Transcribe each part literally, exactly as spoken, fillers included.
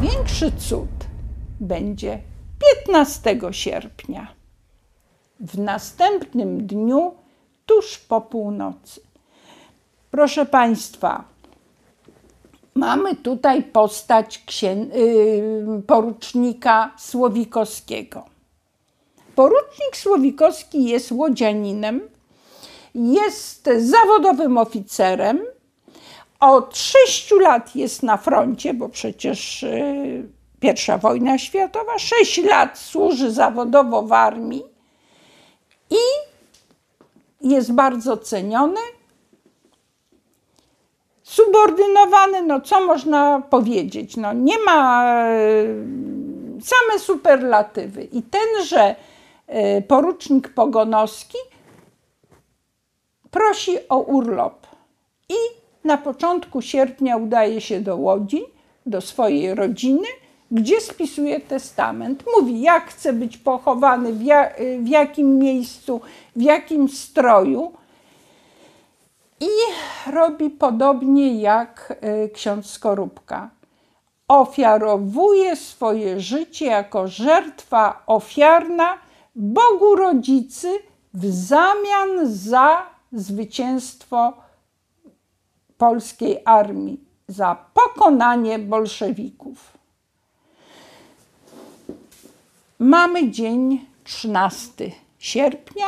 największy cud będzie piętnastego sierpnia, w następnym dniu, tuż po północy. Proszę Państwa, mamy tutaj postać księ- yy, porucznika Słowikowskiego. Porucznik Słowikowski jest łodzianinem, jest zawodowym oficerem. Od sześciu lat jest na froncie, bo przecież yy, pierwsza wojna światowa. Sześć lat służy zawodowo w armii i jest bardzo ceniony. Subordynowany, no co można powiedzieć, no nie ma, same superlatywy. I tenże porucznik Pogonowski prosi o urlop i na początku sierpnia udaje się do Łodzi, do swojej rodziny, gdzie spisuje testament. Mówi, jak chce być pochowany, w, ja, w jakim miejscu, w jakim stroju. I robi podobnie jak ksiądz Skorupka. Ofiarowuje swoje życie jako żertwa ofiarna Bogu Rodzicy w zamian za zwycięstwo polskiej armii, za pokonanie bolszewików. Mamy dzień trzynastego sierpnia.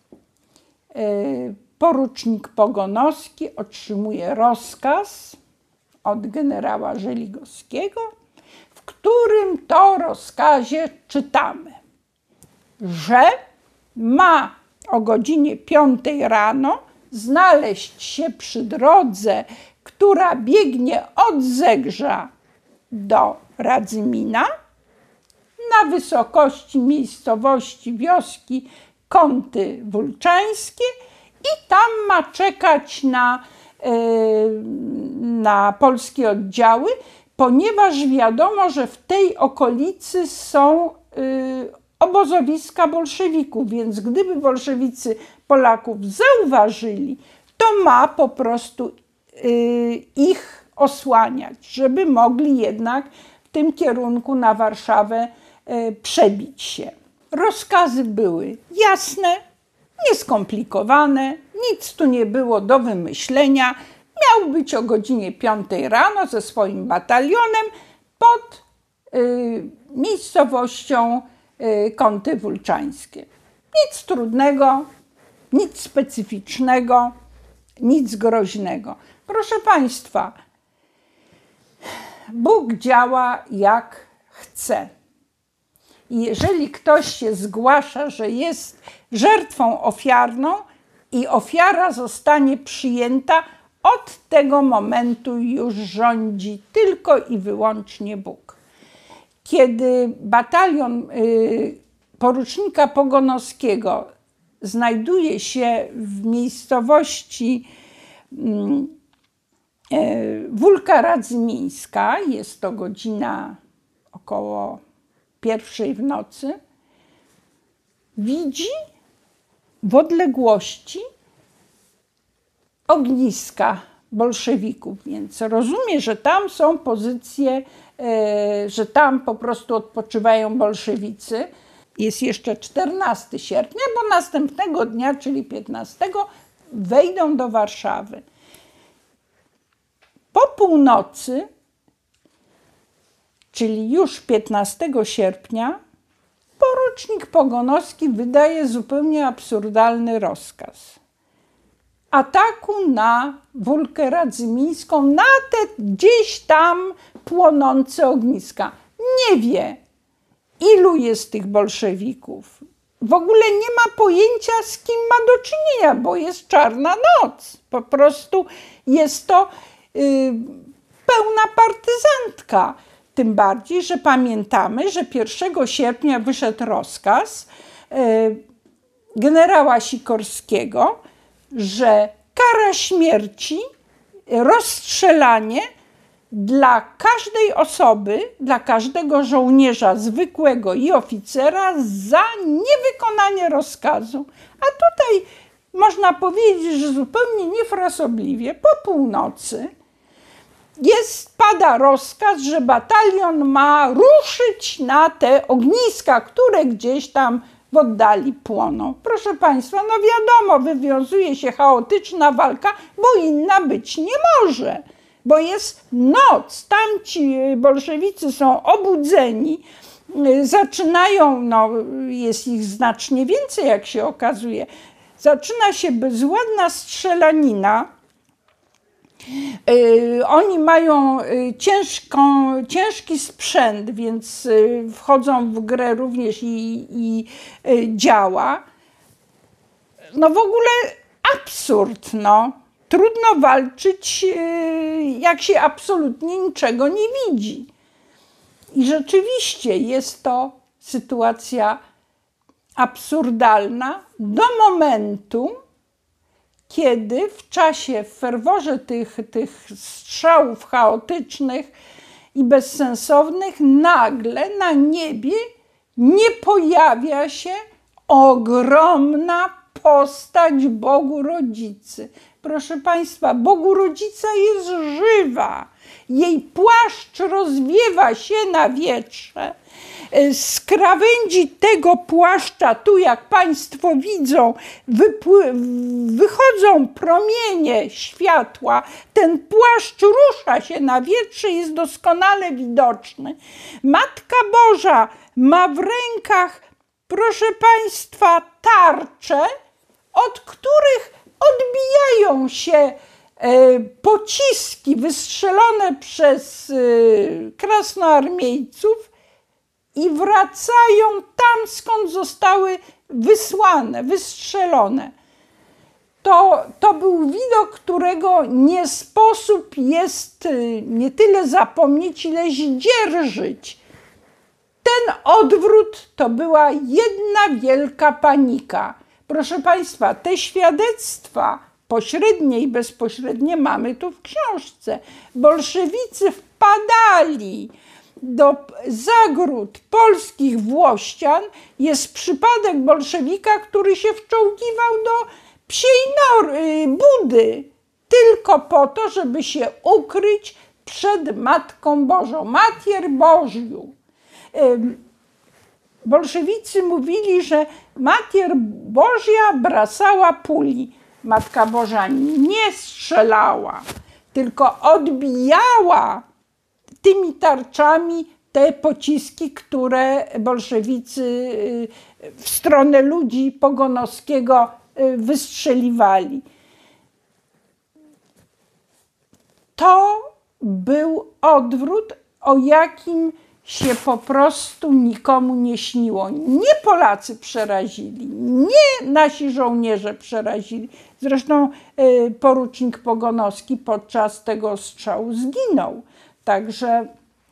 Porucznik Pogonowski otrzymuje rozkaz od generała Żeligowskiego, w którym to rozkazie czytamy, że ma o godzinie piątej rano znaleźć się przy drodze, która biegnie od Zegrza do Radzymina, na wysokości miejscowości wioski Kąty Wólczańskie, i tam ma czekać na, yy, na polskie oddziały, ponieważ wiadomo, że w tej okolicy są yy, obozowiska bolszewików, więc gdyby bolszewicy Polaków zauważyli, to ma po prostu yy, ich osłaniać, żeby mogli jednak w tym kierunku na Warszawę yy, przebić się. Rozkazy były jasne, nieskomplikowane, nic tu nie było do wymyślenia. Miał być o godzinie piątej rano ze swoim batalionem pod y, miejscowością y, Kąty Wólczańskie. Nic trudnego, nic specyficznego, nic groźnego. Proszę Państwa, Bóg działa jak chce. I jeżeli ktoś się zgłasza, że jest żertwą ofiarną i ofiara zostanie przyjęta, od tego momentu już rządzi tylko i wyłącznie Bóg. Kiedy batalion y, porucznika Pogonowskiego znajduje się w miejscowości y, y, Wólka Radzymińska, jest to godzina około pierwszej w nocy, widzi w odległości ogniska bolszewików, więc rozumie, że tam są pozycje, że tam po prostu odpoczywają bolszewicy. Jest jeszcze czternastego sierpnia, bo następnego dnia, czyli piętnastego, wejdą do Warszawy. Po północy, czyli już piętnastego sierpnia, porucznik Pogonowski wydaje zupełnie absurdalny rozkaz ataku na Wólkę Radzymińską, na te gdzieś tam płonące ogniska. Nie wie, ilu jest tych bolszewików. W ogóle nie ma pojęcia, z kim ma do czynienia, bo jest czarna noc. Po prostu jest to yy, pełna partyzantka. Tym bardziej, że pamiętamy, że pierwszego sierpnia wyszedł rozkaz yy, generała Sikorskiego, że kara śmierci, rozstrzelanie dla każdej osoby, dla każdego żołnierza zwykłego i oficera za niewykonanie rozkazu. A tutaj można powiedzieć, że zupełnie niefrasobliwie po północy jest, pada rozkaz, że batalion ma ruszyć na te ogniska, które gdzieś tam w oddali płoną. Proszę Państwa, no wiadomo, wywiązuje się chaotyczna walka, bo inna być nie może. Bo jest noc, tamci bolszewicy są obudzeni, zaczynają, no jest ich znacznie więcej, jak się okazuje, zaczyna się bezładna strzelanina. Yy, oni mają ciężką, ciężki sprzęt, więc wchodzą w grę również i, i yy, działa. No w ogóle absurd, no. Trudno walczyć, yy, jak się absolutnie niczego nie widzi. I rzeczywiście jest to sytuacja absurdalna do momentu, kiedy w czasie, w ferworze tych, tych strzałów chaotycznych i bezsensownych nagle na niebie nie pojawia się ogromna postać Bogu Rodzicy. Proszę Państwa, Bogu Rodzica jest żywa. Jej płaszcz rozwiewa się na wietrze. Z krawędzi tego płaszcza, tu jak Państwo widzą, wychodzą promienie światła. Ten płaszcz rusza się na wietrze, jest doskonale widoczny. Matka Boża ma w rękach, proszę Państwa, tarcze, od których odbijają się pociski wystrzelone przez krasnoarmiejców i wracają tam, skąd zostały wysłane, wystrzelone. To, to był widok, którego nie sposób jest nie tyle zapomnieć, ile zdzierżyć. Ten odwrót to była jedna wielka panika. Proszę Państwa, te świadectwa pośrednie i bezpośrednie mamy tu w książce. Bolszewicy wpadali do zagród polskich Włościan. Jest przypadek bolszewika, który się wczołgiwał do Psiej Nory, Budy, tylko po to, żeby się ukryć przed Matką Bożą, Matier Bożiu. Bolszewicy mówili, że Matier Bożia brasała puli. Matka Boża nie strzelała, tylko odbijała tymi tarczami te pociski, które bolszewicy w stronę ludzi Pogonowskiego wystrzeliwali. To był odwrót, o jakim się po prostu nikomu nie śniło. Nie Polacy przerazili, nie nasi żołnierze przerazili. Zresztą y, porucznik Pogonowski podczas tego strzału zginął. Także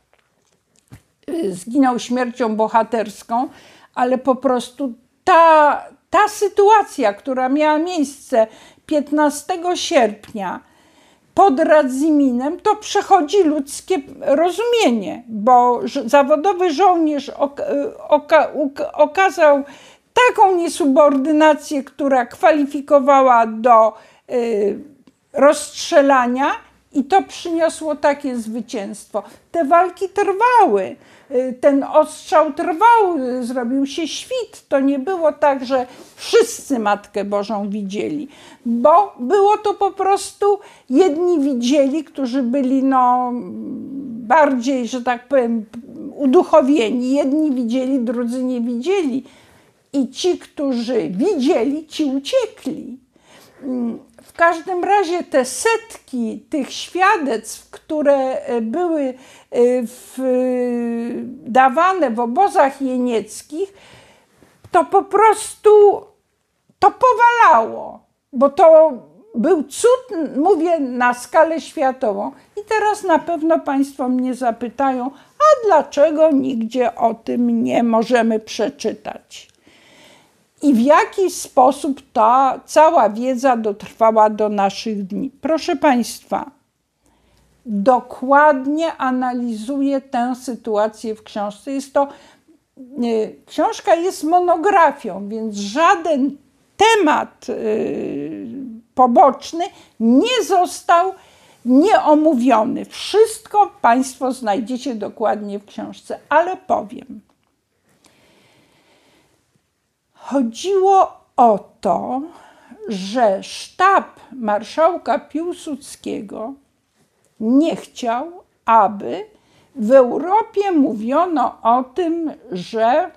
y, zginął śmiercią bohaterską, ale po prostu ta, ta sytuacja, która miała miejsce piętnastego sierpnia pod Radzyminem, to przechodzi ludzkie rozumienie, bo zawodowy żołnierz oka oka okazał taką niesubordynację, która kwalifikowała do y, rozstrzelania, i to przyniosło takie zwycięstwo. Te walki trwały, ten ostrzał trwał, zrobił się świt. To nie było tak, że wszyscy Matkę Bożą widzieli, bo było to po prostu, jedni widzieli, którzy byli no, bardziej, że tak powiem, uduchowieni, jedni widzieli, drudzy nie widzieli. I ci, którzy widzieli, ci uciekli. W każdym razie te setki tych świadectw, które były w, dawane w obozach jenieckich, to po prostu to powalało, bo to był cud, mówię, na skalę światową. I teraz na pewno Państwo mnie zapytają, a dlaczego nigdzie o tym nie możemy przeczytać? I w jaki sposób ta cała wiedza dotrwała do naszych dni? Proszę Państwa, dokładnie analizuję tę sytuację w książce. Jest to, książka jest monografią, więc żaden temat poboczny nie został nieomówiony. Wszystko Państwo znajdziecie dokładnie w książce, ale powiem. Chodziło o to, że sztab marszałka Piłsudskiego nie chciał, aby w Europie mówiono o tym, że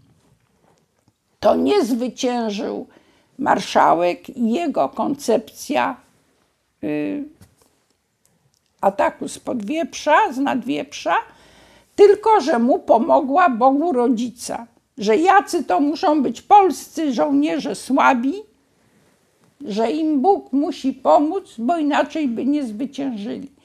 to nie zwyciężył marszałek i jego koncepcja y, ataku spod wieprza, z nadwieprza, tylko że mu pomogła Bogu Rodzica, że jacy to muszą być polscy żołnierze słabi, że im Bóg musi pomóc, bo inaczej by nie zwyciężyli.